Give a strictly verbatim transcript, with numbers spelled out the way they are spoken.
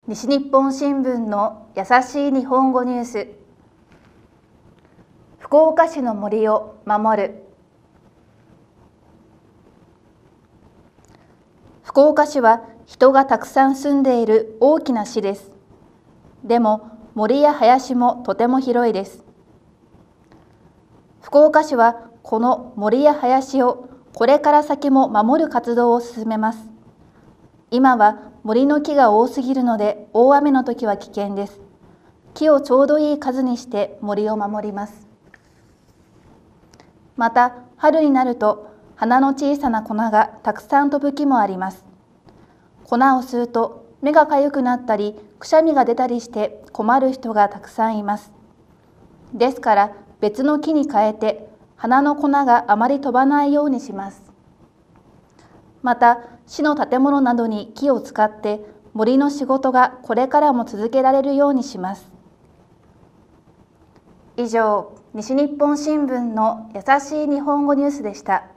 西日本新聞のやさしい日本語ニュース。福岡市の森を守る。福岡市は人がたくさん住んでいる大きな市です。でも森や林もとても広いです。福岡市はこの森や林をこれから先も守る活動を進めます。今は森の木が多すぎるので大雨の時は危険です。木をちょうどいい数にして森を守ります。また春になると花の小さな粉がたくさん飛ぶ木もあります。粉を吸うと目がかゆくなったりくしゃみが出たりして困る人がたくさんいます。ですから別の木に変えて花の粉があまり飛ばないようにします。また市の建物などに木を使って森の仕事がこれからも続けられるようにします。以上、西日本新聞のやさしい日本語ニュースでした。